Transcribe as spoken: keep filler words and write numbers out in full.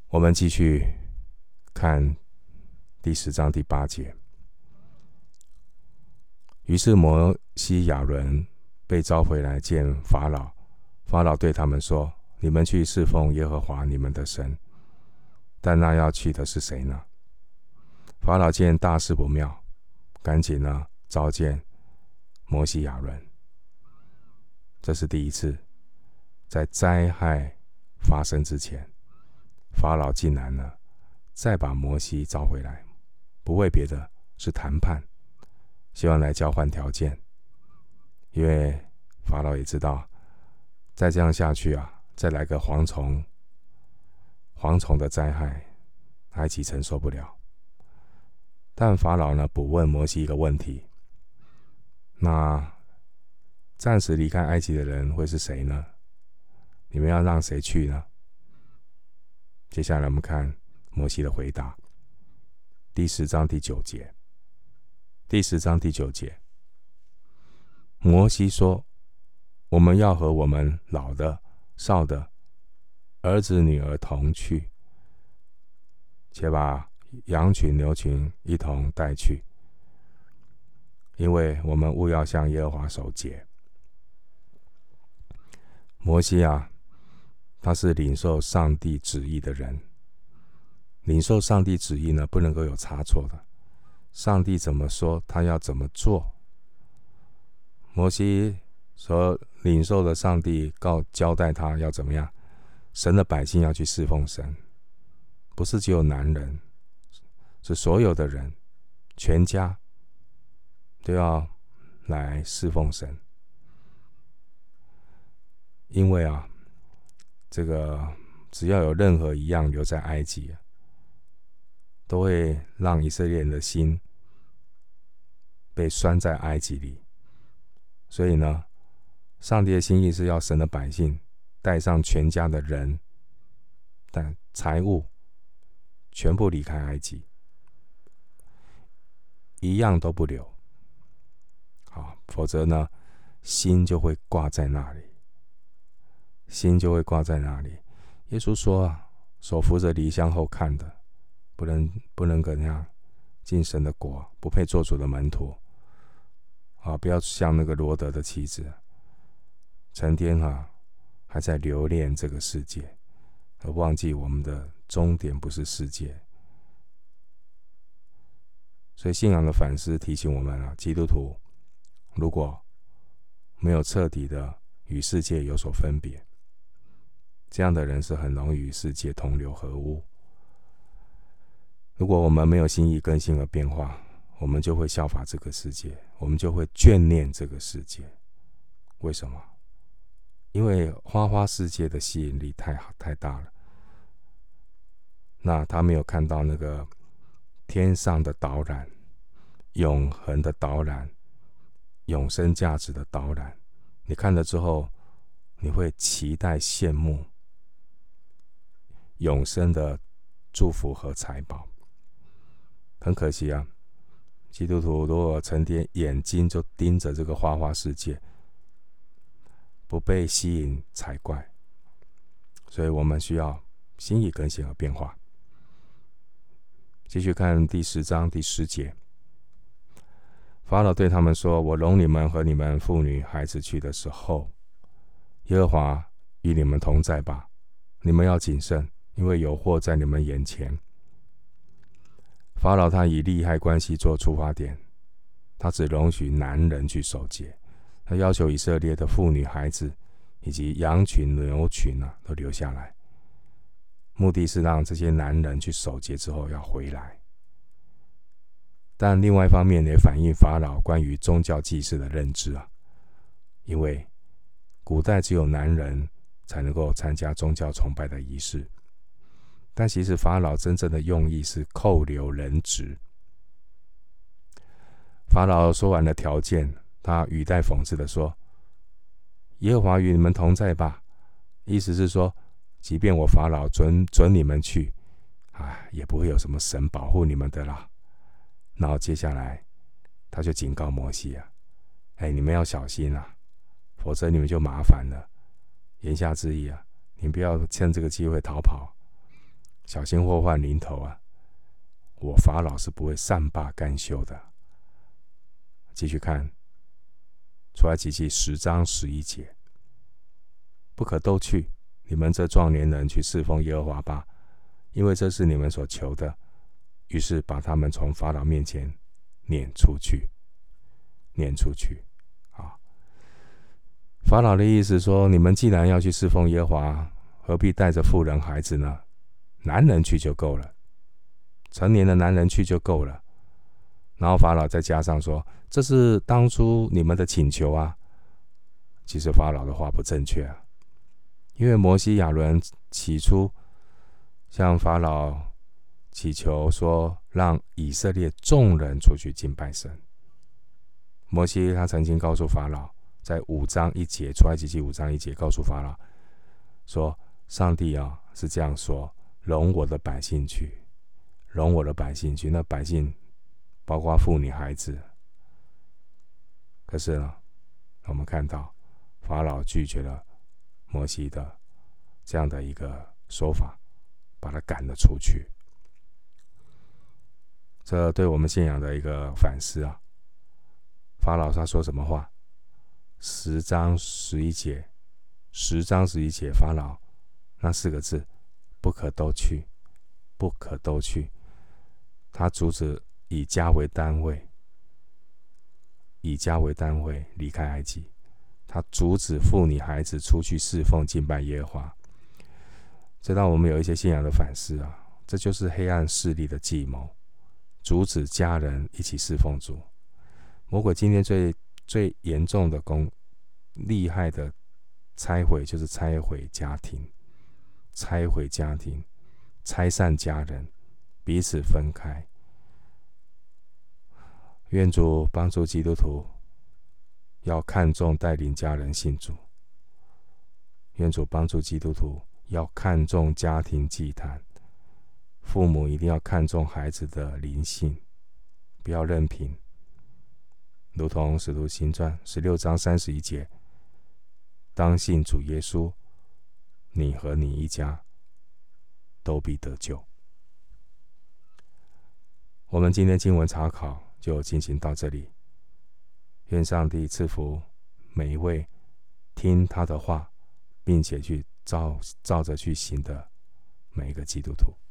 我们继续看第十章第八节。于是摩西亚伦被召回来见法老，法老对他们说：你们去侍奉耶和华你们的神。但那要去的是谁呢？法老见大事不妙，赶紧呢召见摩西亚伦。这是第一次，在灾害发生之前，法老竟然呢再把摩西召回来，不为别的，是谈判，希望来交换条件。因为法老也知道，再这样下去啊，再来个蝗虫蝗虫的灾害，埃及承受不了。但法老呢补问摩西一个问题：那暂时离开埃及的人会是谁呢？你们要让谁去呢？接下来我们看摩西的回答，第十章第九节。第十章第九节，摩西说：我们要和我们老的、少的、儿子、女儿同去，且把羊群、牛群一同带去，因为我们务要向耶和华守节。摩西啊，他是领受上帝旨意的人。领受上帝旨意呢，不能够有差错的。上帝怎么说，他要怎么做。摩西所领受的上帝告交代他要怎么样，神的百姓要去侍奉神，不是只有男人，是所有的人，全家都要来侍奉神。因为啊，这个只要有任何一样留在埃及，都会让以色列人的心被拴在埃及里。所以呢，上帝的心意是要神的百姓带上全家的人，但财物全部离开埃及，一样都不留。好，否则呢，心就会挂在那里，心就会挂在那里。耶稣说啊，手扶着离乡后看的，不能不能怎样进神的国，不配做主的门徒。啊，不要像那个罗德的妻子，成天啊还在留恋这个世界，而忘记我们的终点不是世界。所以信仰的反思提醒我们啊，基督徒如果没有彻底的与世界有所分别，这样的人是很容易与世界同流合污。如果我们没有心意更新和变化，我们就会效法这个世界，我们就会眷恋这个世界。为什么？因为花花世界的吸引力太太大了，那他没有看到那个天上的导览，永恒的导览，永生价值的导览。你看了之后，你会期待羡慕永生的祝福和财宝。很可惜啊，基督徒如果成天眼睛就盯着这个花花世界，不被吸引才怪。所以我们需要心意更新和变化。继续看第十章第十节，法老对他们说：我容你们和你们妇女孩子去的时候，耶和华与你们同在吧。你们要谨慎，因为有祸在你们眼前。法老他以利害关系做出发点，他只容许男人去守节，他要求以色列的妇女孩子以及羊群牛群啊都留下来，目的是让这些男人去守节之后要回来。但另外一方面也反映法老关于宗教祭祀的认知啊，因为古代只有男人才能够参加宗教崇拜的仪式，但其实法老真正的用意是扣留人质。法老说完了条件，他语带讽刺的说：耶和华与你们同在吧。意思是说，即便我法老准准你们去，哎，也不会有什么神保护你们的啦。然后接下来他就警告摩西啊，哎，你们要小心啊，否则你们就麻烦了。言下之意啊，你不要趁这个机会逃跑。 小心祸患临头啊！我法老是不会善罢甘休的。继续看出埃及记十章十一节，不可都去，你们这壮年人去侍奉耶和华吧，因为这是你们所求的。于是把他们从法老面前撵出去，撵出去。啊，法老的意思说，你们既然要去侍奉耶和华，何必带着妇人孩子呢？男人去就够了，成年的男人去就够了。然后法老再加上说，这是当初你们的请求啊。其实法老的话不正确啊，因为摩西亚伦起初向法老祈求说，让以色列众人出去敬拜神。摩西他曾经告诉法老，在五章一节，出埃及记五章一节告诉法老说，上帝啊是这样说，容我的百姓去，容我的百姓去。那百姓包括妇女孩子。可是呢，我们看到法老拒绝了摩西的这样的一个说法，把他赶了出去。这对我们信仰的一个反思啊。法老他说什么话？十章十一节，十章十一节，法老那四个字，不可都去，不可都去。他阻止以家为单位，以家为单位离开埃及。他阻止妇女孩子出去侍奉敬拜耶和华。这让我们有一些信仰的反思啊。这就是黑暗势力的计谋，阻止家人一起侍奉主。魔鬼今天最最严重的攻厉害的拆毁，就是拆毁家庭，拆毁家庭，拆散家人，彼此分开。愿主帮助基督徒要看重带领家人信主，愿主帮助基督徒要看重家庭祭坛，父母一定要看重孩子的灵性，不要任凭。如同使徒行传十六章三十一节，当信主耶稣，你和你一家都必得救。我们今天经文查考就进行到这里，愿上帝赐福每一位听他的话并且去照照着去行的每一个基督徒。